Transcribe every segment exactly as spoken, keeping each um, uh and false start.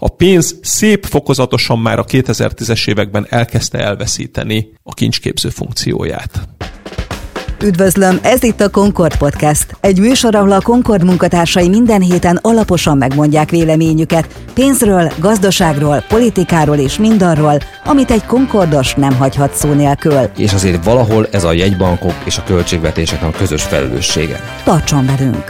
A pénz szép fokozatosan már a kétezer-tízes években elkezdte elveszíteni a kincsképző funkcióját. Üdvözlöm, ez itt a Concord Podcast. Egy műsor, ahol a Concord munkatársai minden héten alaposan megmondják véleményüket pénzről, gazdaságról, politikáról és mindarról, amit egy Concordos nem hagyhat szó nélkül. És azért valahol ez a jegybankok és a költségvetéseknek a közös felelőssége. Tartson velünk!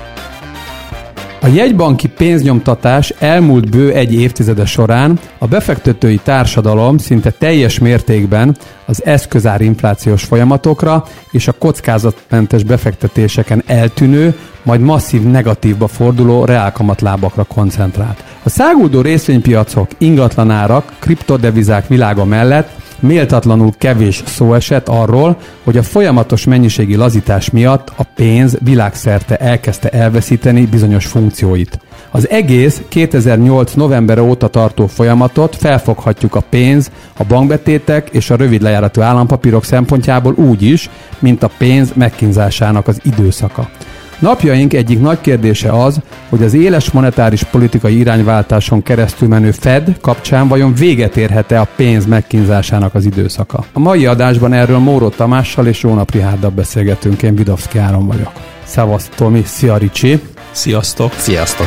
A jegybanki pénznyomtatás elmúlt bő egy évtizede során a befektetői társadalom szinte teljes mértékben az eszközár inflációs folyamatokra és a kockázatmentes befektetéseken eltűnő, majd masszív negatívba forduló reálkamatlábakra koncentrált. A száguldó részvénypiacok, ingatlanárak, kriptodevizák világa mellett méltatlanul kevés szó esett arról, hogy a folyamatos mennyiségi lazítás miatt a pénz világszerte elkezdte elveszíteni bizonyos funkcióit. Az egész kétezer-nyolc novembere óta tartó folyamatot felfoghatjuk a pénz, a bankbetétek és a rövid lejáratú állampapírok szempontjából úgy is, mint a pénz megkínzásának az időszaka. Napjaink egyik nagy kérdése az, hogy az éles monetáris politikai irányváltáson keresztül menő Fed kapcsán vajon véget érhet-e a pénz megkínzásának az időszaka. A mai adásban erről Móró Tamással és Rónap Richárddal beszélgetünk, én Vidovszky Áron vagyok. Szevasz Tomi, szia Ricsi! Sziasztok! Sziasztok!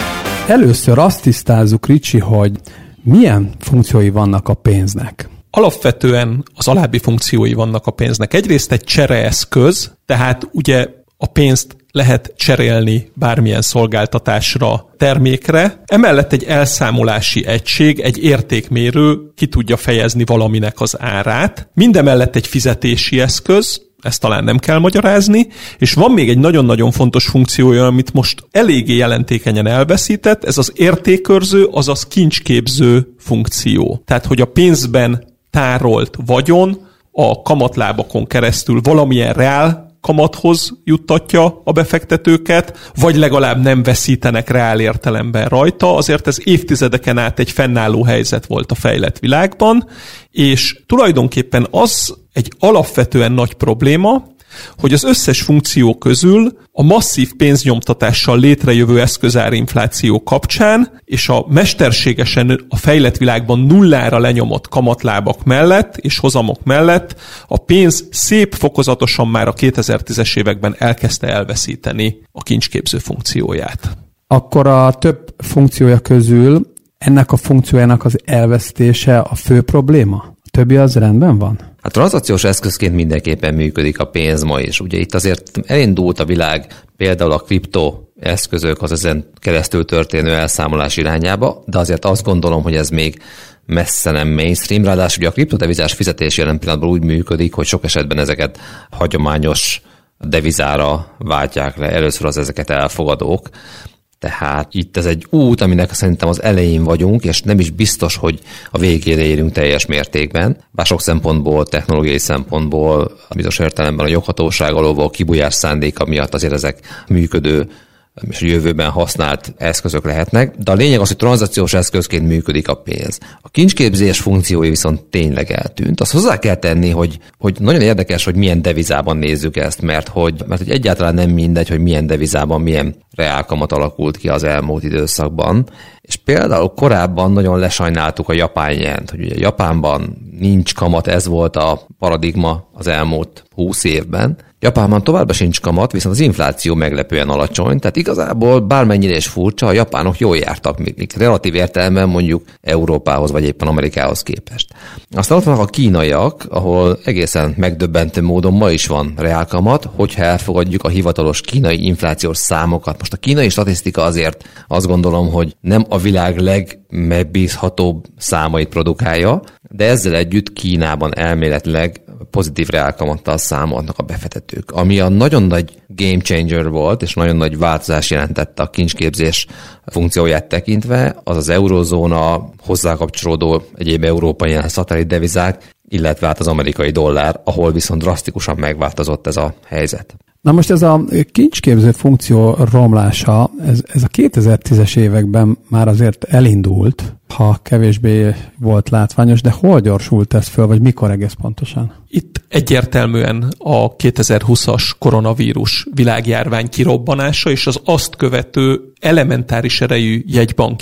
Először azt tisztázzuk, Ricsi, hogy milyen funkciói vannak a pénznek? Alapvetően az alábbi funkciói vannak a pénznek. Egyrészt egy csereeszköz, tehát ugye a pénzt lehet cserélni bármilyen szolgáltatásra, termékre. Emellett egy elszámolási egység, egy értékmérő ki tudja fejezni valaminek az árát. Mindemellett egy fizetési eszköz, ezt talán nem kell magyarázni, és van még egy nagyon-nagyon fontos funkciója, amit most eléggé jelentékenyen elveszített, ez az értékőrző, azaz kincsképző funkció. Tehát, hogy a pénzben tárolt vagyon a kamatlábakon keresztül valamilyen reál kamathoz juttatja a befektetőket, vagy legalább nem veszítenek reál értelemben rajta. Azért ez évtizedeken át egy fennálló helyzet volt a fejlett világban, és tulajdonképpen az egy alapvetően nagy probléma, hogy az összes funkció közül a masszív pénznyomtatással létrejövő eszközárinfláció kapcsán és a mesterségesen a fejlett világban nullára lenyomott kamatlábak mellett és hozamok mellett a pénz szép fokozatosan már a kétezer-tízes években elkezdte elveszíteni a kincsképző funkcióját. Akkor a több funkciója közül ennek a funkciójának az elvesztése a fő probléma? A többi az rendben van? Hát tranzakciós eszközként mindenképpen működik a pénz ma is. Ugye itt azért elindult a világ például a kripto eszközök az ezen keresztül történő elszámolás irányába, de azért azt gondolom, hogy ez még messze nem mainstream. Ráadásul ugye a kriptodevizás fizetés jelen pillanatban úgy működik, hogy sok esetben ezeket hagyományos devizára váltják le, először az ezeket elfogadók. Tehát itt ez egy út, aminek szerintem az elején vagyunk, és nem is biztos, hogy a végére érünk teljes mértékben. Bár sok szempontból, technológiai szempontból, bizonyos értelemben a joghatóság alól való kibújás szándéka miatt azért ezek működő és a jövőben használt eszközök lehetnek, de a lényeg az, hogy tranzakciós eszközként működik a pénz. A kincsképzés funkciói viszont tényleg eltűnt. Azt hozzá kell tenni, hogy, hogy nagyon érdekes, hogy milyen devizában nézzük ezt, mert hogy, mert hogy egyáltalán nem mindegy, hogy milyen devizában milyen reálkamat alakult ki az elmúlt időszakban. És például korábban nagyon lesajnáltuk a japán jent, hogy ugye Japánban nincs kamat, ez volt a paradigma az elmúlt húsz évben. Japánban továbbra sincs kamat, viszont az infláció meglepően alacsony, tehát igazából bármennyire is furcsa, a japánok jól jártak, még relatív értelemben mondjuk Európához vagy éppen Amerikához képest. Aztán ott vannak a kínaiak, ahol egészen megdöbbentő módon ma is van reálkamat, hogyha elfogadjuk a hivatalos kínai inflációs számokat. Most a kínai statisztika azért azt gondolom, hogy nem a világ legmegbízhatóbb számait produkálja, de ezzel együtt Kínában elméletileg pozitív reálkamattal számolnak a befektetők, ami a nagyon nagy game changer volt, és nagyon nagy változás jelentette a kincsképzés funkcióját tekintve, az az eurozóna, hozzákapcsolódó egyéb európai szatellit devizák, illetve hát az amerikai dollár, ahol viszont drasztikusan megváltozott ez a helyzet. Na most ez a kincsképző funkció romlása, ez, ez a kétezer-tízes években már azért elindult, ha kevésbé volt látványos, de hol gyorsult ez föl, vagy mikor egész pontosan? Itt egyértelműen a kétezer-húszas koronavírus világjárvány kirobbanása és az azt követő elementáris erejű jegybanki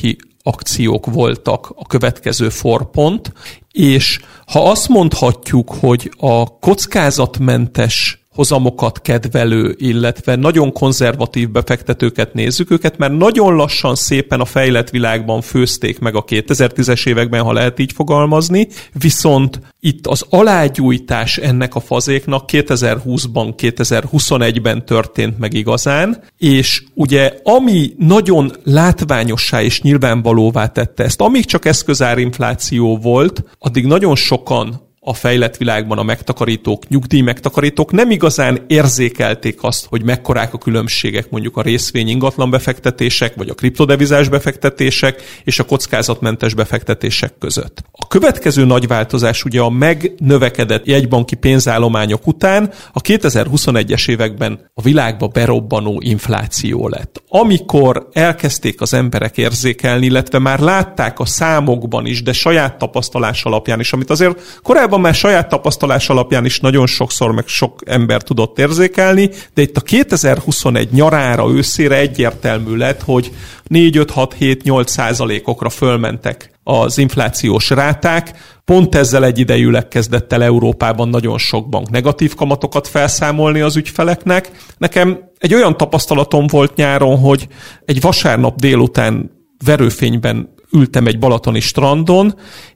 akciók voltak a következő forpont, és ha azt mondhatjuk, hogy a kockázatmentes hozamokat kedvelő, illetve nagyon konzervatív befektetőket nézzük, őket már nagyon lassan szépen a fejlett világban főzték meg a kétezer-tízes években, ha lehet így fogalmazni, viszont itt az alágyújtás ennek a fazéknak kétezer-húszban, kétezer-huszonegyben történt meg igazán, és ugye ami nagyon látványossá és nyilvánvalóvá tette ezt, amíg csak eszközárinfláció volt, addig nagyon sokan a fejlett világban a megtakarítók, nyugdíj megtakarítók nem igazán érzékelték azt, hogy mekkorák a különbségek mondjuk a részvény ingatlan befektetések, vagy a kriptodevizás befektetések és a kockázatmentes befektetések között. A következő nagy változás ugye a megnövekedett jegybanki pénzállományok után a kétezer-huszonegyes években a világba berobbanó infláció lett. Amikor elkezdték az emberek érzékelni, illetve már látták a számokban is, de saját tapasztalás alapján is, amit azért korábban már saját tapasztalás alapján is nagyon sokszor meg sok ember tudott érzékelni, de itt a kétezer-huszonegy nyarára, őszére egyértelmű lett, hogy négy, öt, hat, hét, nyolc százalékokra fölmentek az inflációs ráták. Pont ezzel egyidejűleg kezdett el Európában nagyon sok bank negatív kamatokat felszámolni az ügyfeleknek. Nekem egy olyan tapasztalatom volt nyáron, hogy egy vasárnap délután verőfényben ültem egy balatoni strandon,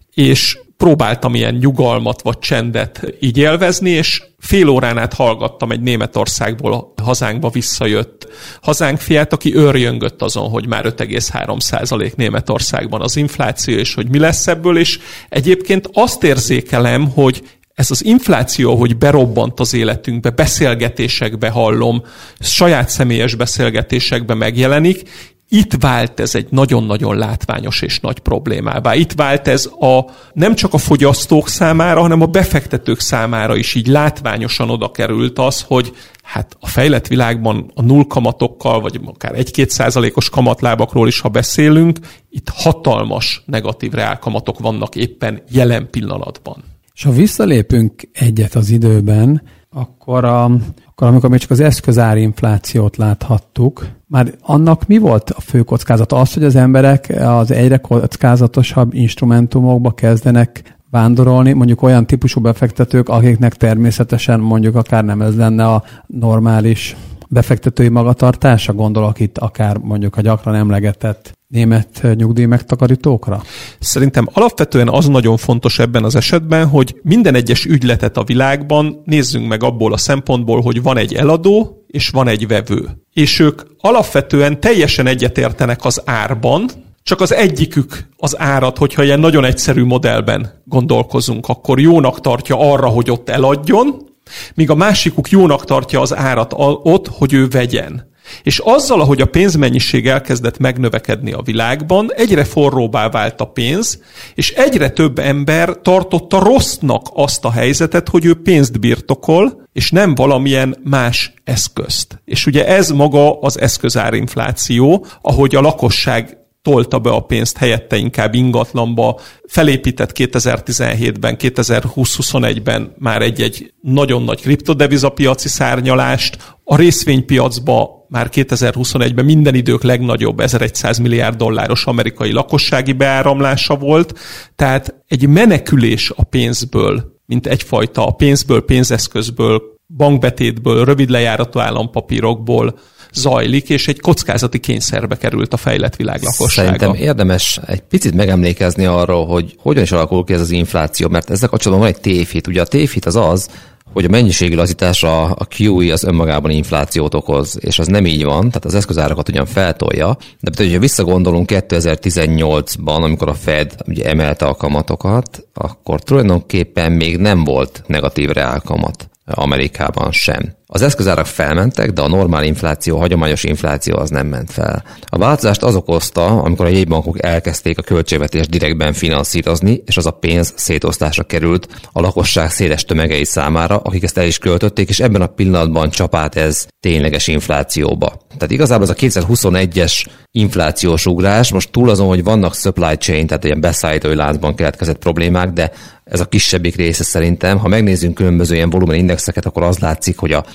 és próbáltam ilyen nyugalmat vagy csendet így élvezni, és fél órán át hallgattam egy Németországból hazánkba visszajött hazánkfiát, aki őrjöngött azon, hogy már öt egész három százalék Németországban az infláció, és hogy mi lesz ebből, és egyébként azt érzékelem, hogy ez az infláció, hogy berobbant az életünkbe, beszélgetésekbe hallom, saját személyes beszélgetésekbe megjelenik, itt vált ez egy nagyon-nagyon látványos és nagy problémává. Itt vált ez a, nem csak a fogyasztók számára, hanem a befektetők számára is így látványosan oda került az, hogy hát a fejlett világban a nullkamatokkal, vagy akár egy-két százalékos kamatlábakról is, ha beszélünk, itt hatalmas negatív reálkamatok vannak éppen jelen pillanatban. És ha visszalépünk egyet az időben, akkor, a, akkor amikor még csak az eszközárinflációt láthattuk, már annak mi volt a fő kockázata? Az, hogy az emberek az egyre kockázatosabb instrumentumokba kezdenek vándorolni, mondjuk olyan típusú befektetők, akiknek természetesen mondjuk akár nem ez lenne a normális befektetői magatartása, gondolok itt akár mondjuk a gyakran emlegetett német nyugdíj megtakarítókra? Szerintem alapvetően az nagyon fontos ebben az esetben, hogy minden egyes ügyletet a világban nézzünk meg abból a szempontból, hogy van egy eladó és van egy vevő. És ők alapvetően teljesen egyetértenek az árban, csak az egyikük az árat, hogyha ilyen nagyon egyszerű modellben gondolkozunk, akkor jónak tartja arra, hogy ott eladjon, míg a másikuk jónak tartja az árat ott, hogy ő vegyen. És azzal, ahogy a pénzmennyiség elkezdett megnövekedni a világban, egyre forróbbá vált a pénz, és egyre több ember tartotta rossznak azt a helyzetet, hogy ő pénzt birtokol, és nem valamilyen más eszközt. És ugye ez maga az eszközárinfláció, ahogy a lakosság tolta be a pénzt helyette inkább ingatlanba, felépített kétezer-tizenhétben, kétezer-húsz-huszonegyben már egy-egy nagyon nagy kriptodevizapiaci szárnyalást, a részvénypiacba már kétezer-huszonegyben minden idők legnagyobb ezerszáz milliárd dolláros amerikai lakossági beáramlása volt, tehát egy menekülés a pénzből, mint egyfajta a pénzből, pénzeszközből, bankbetétből, rövid lejáratú állampapírokból zajlik, és egy kockázati kényszerbe került a fejlett világ lakossága. Szerintem érdemes egy picit megemlékezni arról, hogy hogyan is alakul ki ez az infláció, mert ezzel kapcsolatban van egy tévhit. Ugye a tévhit az az, hogy a mennyiségi lazítás, a, a kú i az önmagában inflációt okoz, és az nem így van, tehát az eszközárakat ugyan feltolja, de hogyha visszagondolunk kétezer-tizennyolcban, amikor a Fed ugye emelte a kamatokat, akkor tulajdonképpen még nem volt negatív reálkamat Amerikában sem. Az eszközárak felmentek, de a normál infláció, a hagyományos infláció az nem ment fel. A változást az okozta, amikor a jegybankok elkezdték a költségvetést direktben finanszírozni, és az a pénz szétosztásra került a lakosság széles tömegei számára, akik ezt el is költötték, és ebben a pillanatban csap át ez tényleges inflációba. Tehát igazából az a kétezer-huszonegyes inflációs ugrás, most túl azon, hogy vannak supply chain, tehát ilyen beszállítói láncban keletkezett problémák, de ez a kisebbik része szerintem. Ha megnézzünk különböző ilyen volumenindexeket, akkor az látszik, hogy a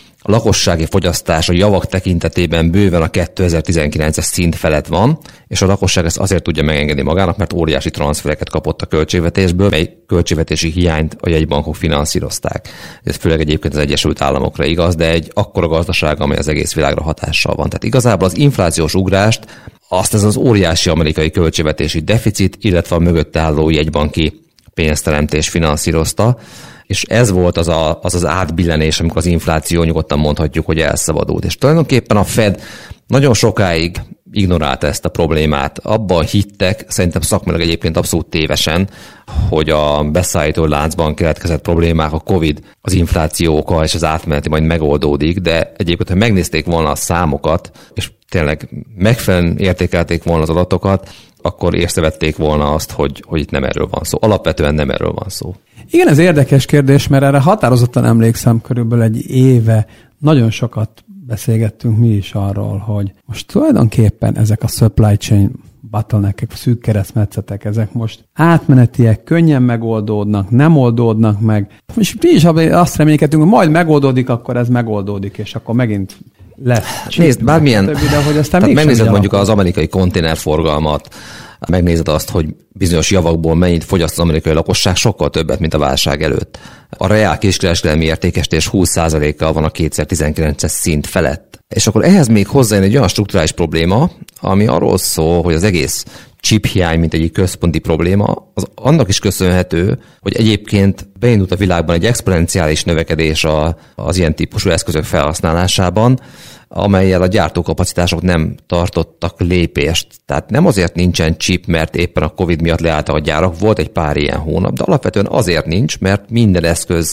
a lakossági fogyasztás a javak tekintetében bőven a kétezer-tizenkilences szint felett van, és a lakosság ezt azért tudja megengedni magának, mert óriási transfereket kapott a költségvetésből, mely költségvetési hiányt a jegybankok finanszírozták. Ez főleg egyébként az Egyesült Államokra igaz, de egy akkora gazdaság, amely az egész világra hatással van. Tehát igazából az inflációs ugrást azt ez az óriási amerikai költségvetési deficit, illetve a mögötte álló jegybanki pénzteremtés finanszírozta, és ez volt az, a, az az átbillenés, amikor az infláció nyugodtan mondhatjuk, hogy elszabadult. És tulajdonképpen a Fed nagyon sokáig ignorálta ezt a problémát. Abban hittek, szerintem szakmailag egyébként abszolút tévesen, hogy a beszállító láncban keletkezett problémák, a Covid, az infláció oka és az átmeneti majd megoldódik, de egyébként, ha megnézték volna a számokat, és tényleg megfelelően értékelték volna az adatokat, akkor észrevették volna azt, hogy, hogy itt nem erről van szó. Alapvetően nem erről van szó. Igen, ez érdekes kérdés, mert erre határozottan emlékszem, körülbelül egy éve nagyon sokat beszélgettünk mi is arról, hogy most tulajdonképpen ezek a supply chain bottleneckek, szűk keresztmetszetek, ezek most átmenetiek, könnyen megoldódnak, nem oldódnak meg. És mi is azt reménykedtünk, hogy majd megoldódik, akkor ez megoldódik, és akkor megint lesz. Nézd, bármilyen, többi, de hogy aztán tehát megnézed mondjuk alakul. Az amerikai konténerforgalmat, megnézed azt, hogy bizonyos javakból mennyit fogyaszt az amerikai lakosság, sokkal többet, mint a válság előtt. A reál kiskereskedelmi értékesítés húsz százalékkal van a kétezer-tizenkilences szint felett. És akkor ehhez még hozzájön egy olyan strukturális probléma, ami arról szól, hogy az egész chip hiány, mint egyik központi probléma, az annak is köszönhető, hogy egyébként beindult a világban egy exponenciális növekedés a, az ilyen típusú eszközök felhasználásában, amellyel a gyártókapacitások nem tartottak lépést. Tehát nem azért nincsen chip, mert éppen a Covid miatt leálltak a gyárak, volt egy pár ilyen hónap, de alapvetően azért nincs, mert minden eszköz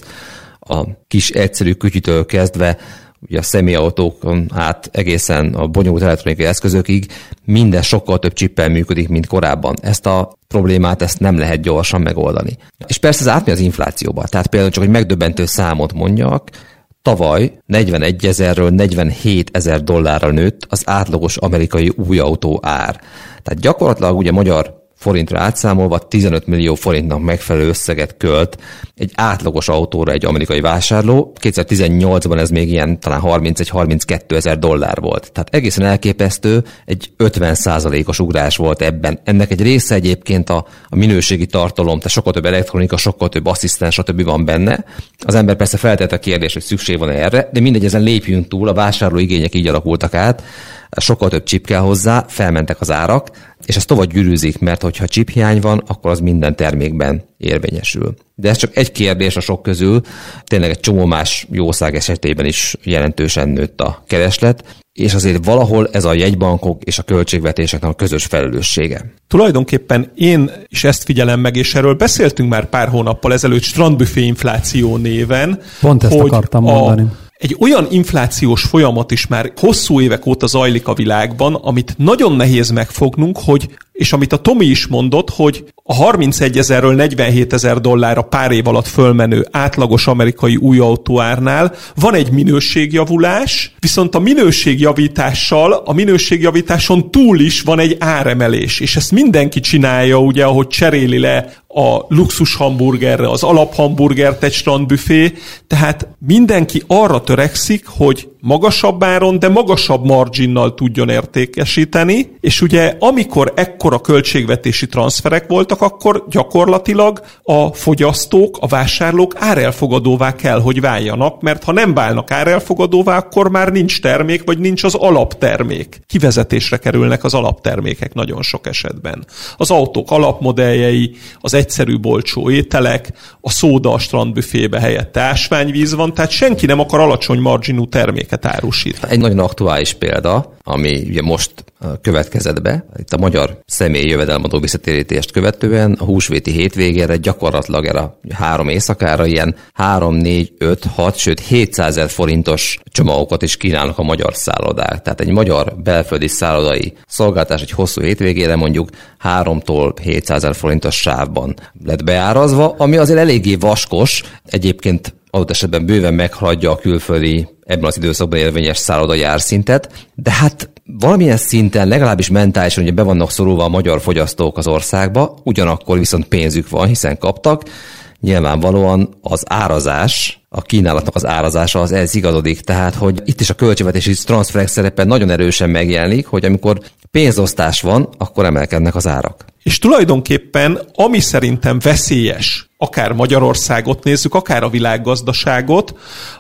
a kis egyszerű kütyütől kezdve, ugye a személyautókon át egészen a bonyolult elektronikai eszközökig minden sokkal több csippel működik, mint korábban. Ezt a problémát ezt nem lehet gyorsan megoldani. És persze ez átmegy az inflációba. Tehát például csak egy megdöbbentő számot mondjak, tavaly negyvenegyezerről negyvenhétezer dollárra nőtt az átlagos amerikai új autó ár. Tehát gyakorlatilag ugye magyar forintra átszámolva tizenöt millió forintnak megfelelő összeget költ egy átlagos autóra egy amerikai vásárló. kétezer-tizennyolcban ez még ilyen talán harmincegy-harminckettő ezer dollár volt. Tehát egészen elképesztő, egy ötven százalékos ugrás volt ebben. Ennek egy része egyébként a, a minőségi tartalom, tehát sokkal több elektronika, sokkal több asszisztens, stb. Van benne. Az ember persze feltette a kérdést, hogy szükség van erre, de mindegy, ezen lépjünk túl, a vásárló igények így alakultak át, sokkal több chip kell hozzá, felmentek az árak, és ez tovább gyűrűzik, mert hogyha chip hiány van, akkor az minden termékben érvényesül. De ez csak egy kérdés a sok közül, tényleg egy csomó más jószág esetében is jelentősen nőtt a kereslet, és azért valahol ez a jegybankok és a költségvetéseknek a közös felelőssége. Tulajdonképpen én is ezt figyelem meg, és erről beszéltünk már pár hónappal ezelőtt strandbüfé infláció néven. Pont ezt akartam mondani. Egy olyan inflációs folyamat is már hosszú évek óta zajlik a világban, amit nagyon nehéz megfognunk, hogy, és amit a Tomi is mondott, hogy a harmincegyezerről negyvenhétezer dollárra pár év alatt fölmenő átlagos amerikai új autóárnál van egy minőségjavulás, viszont a minőségjavítással, a minőségjavításon túl is van egy áremelés, és ezt mindenki csinálja, ugye, ahogy cseréli le a luxus hamburgerre az alaphamburgert egy strandbüfé, tehát mindenki arra törekszik, hogy magasabb áron, de magasabb marginnal tudjon értékesíteni, és ugye amikor ekkora költségvetési transferek voltak, akkor gyakorlatilag a fogyasztók, a vásárlók árelfogadóvá kell, hogy váljanak, mert ha nem válnak árelfogadóvá, akkor már nincs termék, vagy nincs az alaptermék. Kivezetésre kerülnek az alaptermékek nagyon sok esetben. Az autók alapmodelljei, az egyszerű olcsó ételek, a szóda a strandbüfébe helyette ásványvíz van, tehát senki nem akar alacsony marginú terméket árusít. Egy nagyon aktuális példa, ami ugye most következett be, itt a magyar személyi jövedelmadó visszatérítést követően a húsvéti hétvégére gyakorlatilag erre a három éjszakára ilyen három, négy, öt, hat, sőt hétszázezer forintos csomagokat is kínálnak a magyar szállodák. Tehát egy magyar belföldi szállodai szolgáltatás egy hosszú hétvégére mondjuk háromtól hétszázezer forintos sávban lett beárazva, ami azért eléggé vaskos, egyébként adott esetben bőven meghaladja a külföldi ebben az időszakban érvényes szállodai árszintet, de hát valamilyen szinten, legalábbis mentálisan ugye be vannak szorulva a magyar fogyasztók az országba, ugyanakkor viszont pénzük van, hiszen kaptak. Nyilvánvalóan az árazás a kínálatnak az árazása az ez igazodik. Tehát, hogy itt is a költségvetési transferek szerepe nagyon erősen megjelenik, hogy amikor pénzosztás van, akkor emelkednek az árak. És tulajdonképpen, ami szerintem veszélyes, akár Magyarországot nézzük, akár a világgazdaságot,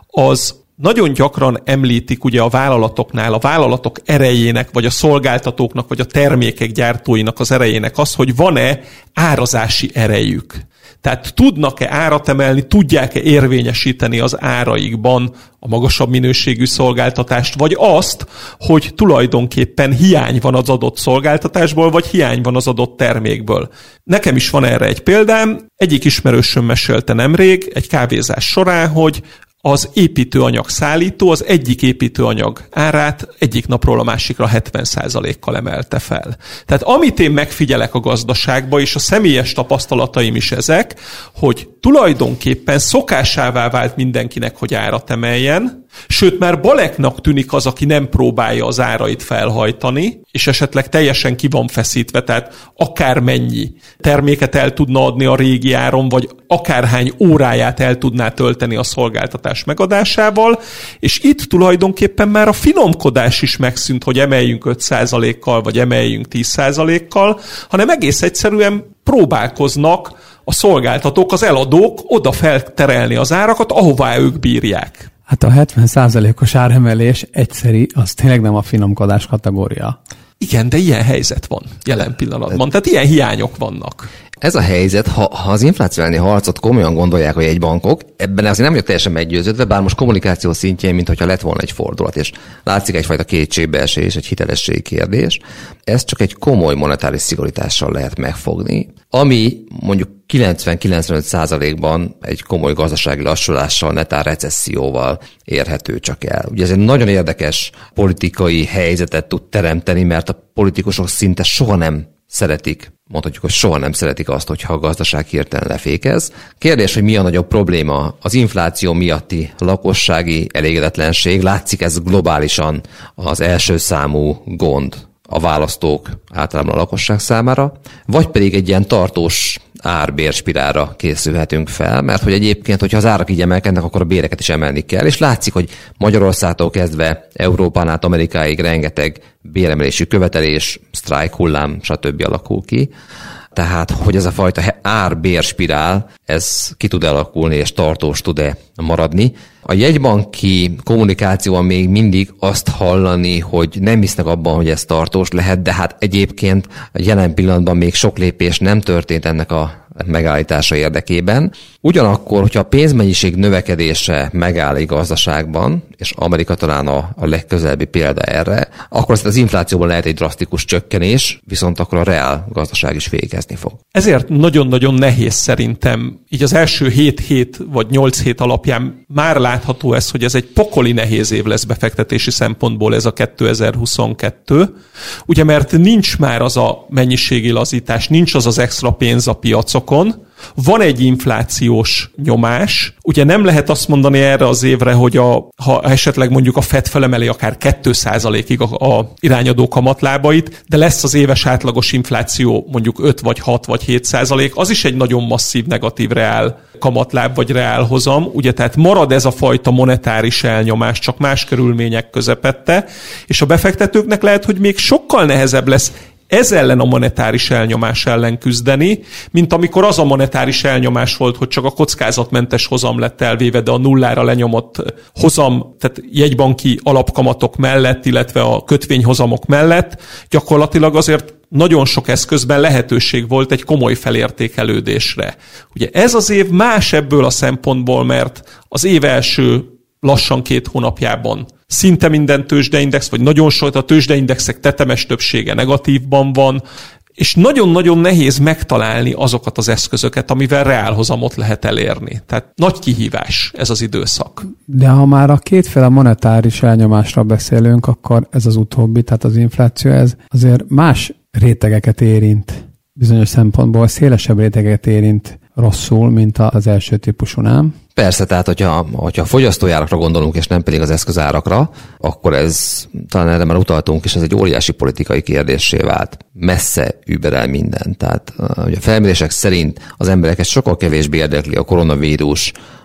az nagyon gyakran említik ugye a vállalatoknál, a vállalatok erejének, vagy a szolgáltatóknak, vagy a termékek gyártóinak az erejének az, hogy van-e árazási erejük. Tehát tudnak-e árat emelni, tudják-e érvényesíteni az áraikban a magasabb minőségű szolgáltatást, vagy azt, hogy tulajdonképpen hiány van az adott szolgáltatásból, vagy hiány van az adott termékből. Nekem is van erre egy példám, egyik ismerősöm mesélte nemrég egy kávézás során, hogy az építőanyag szállító az egyik építőanyag árát egyik napról a másikra hetven százalékkal emelte fel. Tehát amit én megfigyelek a gazdaságban, és a személyes tapasztalataim is ezek, hogy tulajdonképpen szokásává vált mindenkinek, hogy árat emeljen, sőt már baleknak tűnik az, aki nem próbálja az árait felhajtani, és esetleg teljesen ki van feszítve, tehát akármennyi terméket el tudna adni a régi áron, vagy akárhány óráját el tudná tölteni a szolgáltatás megadásával, és itt tulajdonképpen már a finomkodás is megszűnt, hogy emeljünk öt százalékkal, vagy emeljünk tíz százalékkal, hanem egész egyszerűen próbálkoznak a szolgáltatók, az eladók oda felterelni az árakat, ahová ők bírják. Hát a hetven százalékos áremelés egyszeri, az tényleg nem a finomkodás kategória. Igen, de ilyen helyzet van jelen pillanatban, tehát ilyen hiányok vannak. Ez a helyzet, ha, ha az infláció elleni harcot komolyan gondolják a jegybankok, ebben azért nem vagyok teljesen meggyőződve, bár most kommunikáció szintjén, mintha lett volna egy fordulat, és látszik egyfajta kétségbeesés, egy hitelességi kérdés. Ez csak egy komoly monetáris szigorítással lehet megfogni, ami mondjuk kilencven-kilencvenöt százalékban egy komoly gazdasági lassulással, netán recesszióval érhető csak el. Ugye ez egy nagyon érdekes politikai helyzetet tud teremteni, mert a politikusok szinte soha nem szeretik, mondhatjuk, hogy soha nem szeretik azt, hogyha a gazdaság hirtelen lefékez. Kérdés, hogy mi a nagyobb probléma? Az infláció miatti lakossági elégedetlenség, látszik ez globálisan az első számú gond a választók általában a lakosság számára, vagy pedig egy ilyen tartós árbérspirálra készülhetünk fel, mert hogy egyébként, hogyha az árak így emelkednek, akkor a béreket is emelni kell, és látszik, hogy Magyarországtól kezdve Európán át Amerikáig rengeteg béremelési követelés, sztrájk hullám, stb. Alakul ki. Tehát, hogy ez a fajta árbérspirál, ez ki tud alakulni, és tartós tud-e maradni. A jegybanki kommunikációban még mindig azt hallani, hogy nem hisznek abban, hogy ez tartós lehet, de hát egyébként jelen pillanatban még sok lépés nem történt ennek a megállítása érdekében. Ugyanakkor, hogyha a pénzmennyiség növekedése megáll egy gazdaságban, és Amerika talán a, a legközelebbi példa erre, akkor az inflációban lehet egy drasztikus csökkenés, viszont akkor a reál gazdaság is fékezni fog. Ezért nagyon-nagyon nehéz szerintem, így az első hét hét vagy nyolc hét alapján már látható ez, hogy ez egy pokoli nehéz év lesz befektetési szempontból ez a kétezer-huszonkettő, ugye mert nincs már az a mennyiségi lazítás, nincs az az extra pénz a piacokon, van egy inflációs nyomás, ugye nem lehet azt mondani erre az évre, hogy a, ha esetleg mondjuk a Fed felemeli akár két százalékig a, a irányadó kamatlábait, de lesz az éves átlagos infláció mondjuk öt vagy hat vagy hét százalék, az is egy nagyon masszív negatív reál kamatláb vagy reál hozam, ugye tehát marad ez a fajta monetáris elnyomás, csak más körülmények közepette, és a befektetőknek lehet, hogy még sokkal nehezebb lesz ez ellen a monetáris elnyomás ellen küzdeni, mint amikor az a monetáris elnyomás volt, hogy csak a kockázatmentes hozam lett elvéve, de a nullára lenyomott hozam, tehát jegybanki alapkamatok mellett, illetve a kötvényhozamok mellett gyakorlatilag azért nagyon sok eszközben lehetőség volt egy komoly felértékelődésre. Ugye ez az év más ebből a szempontból, mert az év első lassan két hónapjában szinte minden tőzsdeindex, vagy nagyon sok, a tőzsdeindexek tetemes többsége negatívban van, és nagyon-nagyon nehéz megtalálni azokat az eszközöket, amivel reálhozamot lehet elérni. Tehát nagy kihívás ez az időszak. De ha már a kétféle monetáris elnyomásra beszélünk, akkor ez az utóbbi, tehát az infláció, ez azért más rétegeket érint. Bizonyos szempontból szélesebb rétegeket érint rosszul, mint az első típusú, nem? Persze, tehát hogyha, hogyha a fogyasztójárakra gondolunk, és nem pedig az eszközárakra, akkor ez, talán erre már utaltunk, és ez egy óriási politikai kérdéssé vált. Messze überel minden. Tehát ugye a felmérések szerint az embereket sokkal kevésbé érdekli a koronavírus,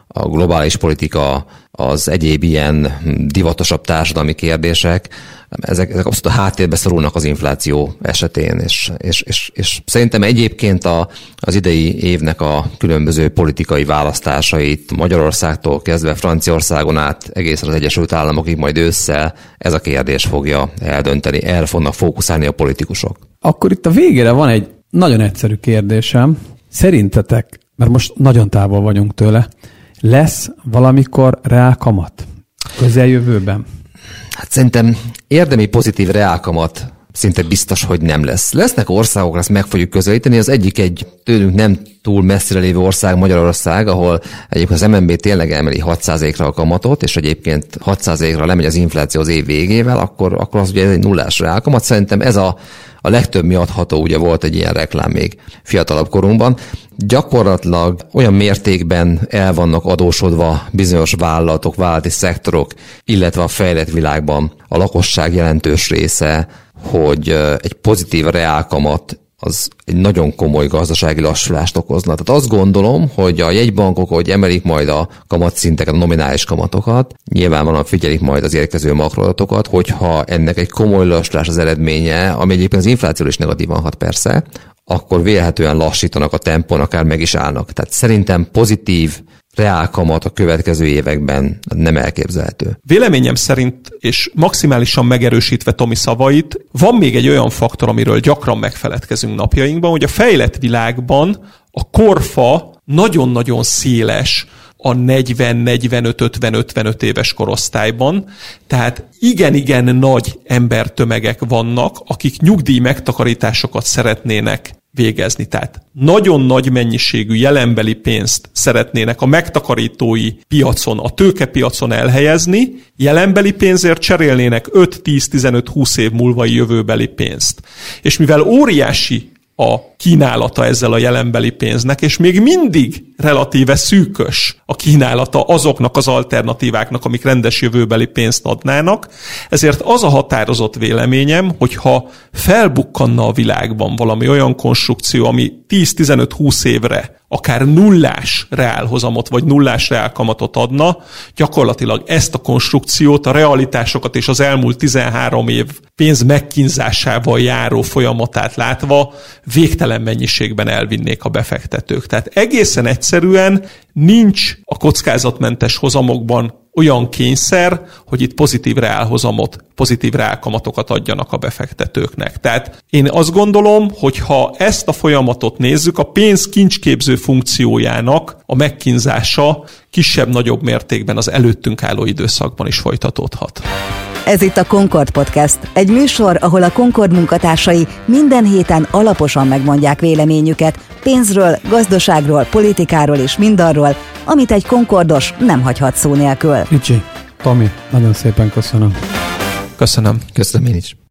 a globális politika, az egyéb ilyen divatosabb társadalmi kérdések, ezek, ezek abszolút a háttérbe szorulnak az infláció esetén, és, és, és, és szerintem egyébként a, az idei évnek a különböző politikai választásait Magyarországtól kezdve Franciaországon át egészen az Egyesült Államokig majd ősszel ez a kérdés fogja eldönteni, erre fognak fókuszálni a politikusok. Akkor itt a végére van egy nagyon egyszerű kérdésem. Szerintetek, mert most nagyon távol vagyunk tőle, lesz valamikor reál kamat közeljövőben? Hát szerintem érdemi pozitív reálkamat szinte biztos, hogy nem lesz. Lesznek országok, ezt meg fogjuk közelíteni. Az egyik egy tőlünk nem túl messzire lévő ország, Magyarország, ahol egyébként az em en bé tényleg emeli hat százalékra a kamatot, és egyébként hat százalékra lemegy az infláció az év végével, akkor, akkor az ugye egy nullás reálkamat. Szerintem ez a, a legtöbb miadható, ugye volt egy ilyen reklám még fiatalabb korunkban. Gyakorlatilag olyan mértékben el vannak adósodva bizonyos vállalatok, vállalati szektorok, illetve a fejlett világban a lakosság jelentős része, hogy egy pozitív reálkamat az egy nagyon komoly gazdasági lassulást okozna. Tehát azt gondolom, hogy a jegybankok, hogy emelik majd a kamatszinteket, a nominális kamatokat, nyilvánvalóan figyelik majd az érkező makroadatokat, hogyha ennek egy komoly lassulás az eredménye, ami egyébként az infláció is negatívan hat persze, akkor vélhetően lassítanak a tempón, akár meg is állnak. Tehát szerintem pozitív reálkamat a következő években nem elképzelhető. Véleményem szerint, és maximálisan megerősítve Tomi szavait, van még egy olyan faktor, amiről gyakran megfeledkezünk napjainkban, hogy a fejlett világban a korfa nagyon-nagyon széles a negyven, negyvenöt, ötven, ötvenöt éves korosztályban, tehát igen-igen nagy embertömegek vannak, akik nyugdíj megtakarításokat szeretnének végezni. Tehát nagyon nagy mennyiségű jelenbeli pénzt szeretnének a megtakarítói piacon, a tőkepiacon elhelyezni, jelenbeli pénzért cserélnének öt, tíz, tizenöt, húsz év múlvai jövőbeli pénzt. És mivel óriási a kínálata ezzel a jelenbeli pénznek, és még mindig relatíve szűkös a kínálata azoknak az alternatíváknak, amik rendes jövőbeli pénzt adnának. Ezért az a határozott véleményem, hogyha felbukkanna a világban valami olyan konstrukció, ami tíz, tizenöt, húsz évre akár nullás reálhozamot vagy nullás reálkamatot adna, gyakorlatilag ezt a konstrukciót, a realitásokat és az elmúlt tizenhárom év pénz megkínzásával járó folyamatát látva végtelen mennyiségben elvinnék a befektetők. Tehát egészen egyszerűen nincs a kockázatmentes hozamokban olyan kényszer, hogy itt pozitív reálhozamot, pozitív reálkamatokat adjanak a befektetőknek. Tehát én azt gondolom, hogy ha ezt a folyamatot nézzük, a pénz kincsképző funkciójának a megkínzása kisebb-nagyobb mértékben az előttünk álló időszakban is folytatódhat. Ez itt a Concord Podcast, egy műsor, ahol a Concord munkatársai minden héten alaposan megmondják véleményüket pénzről, gazdaságról, politikáról és mindarról, amit egy Concordos nem hagyhat szó nélkül. Ricsi, Tomi, nagyon szépen köszönöm. Köszönöm. Köszönöm én is.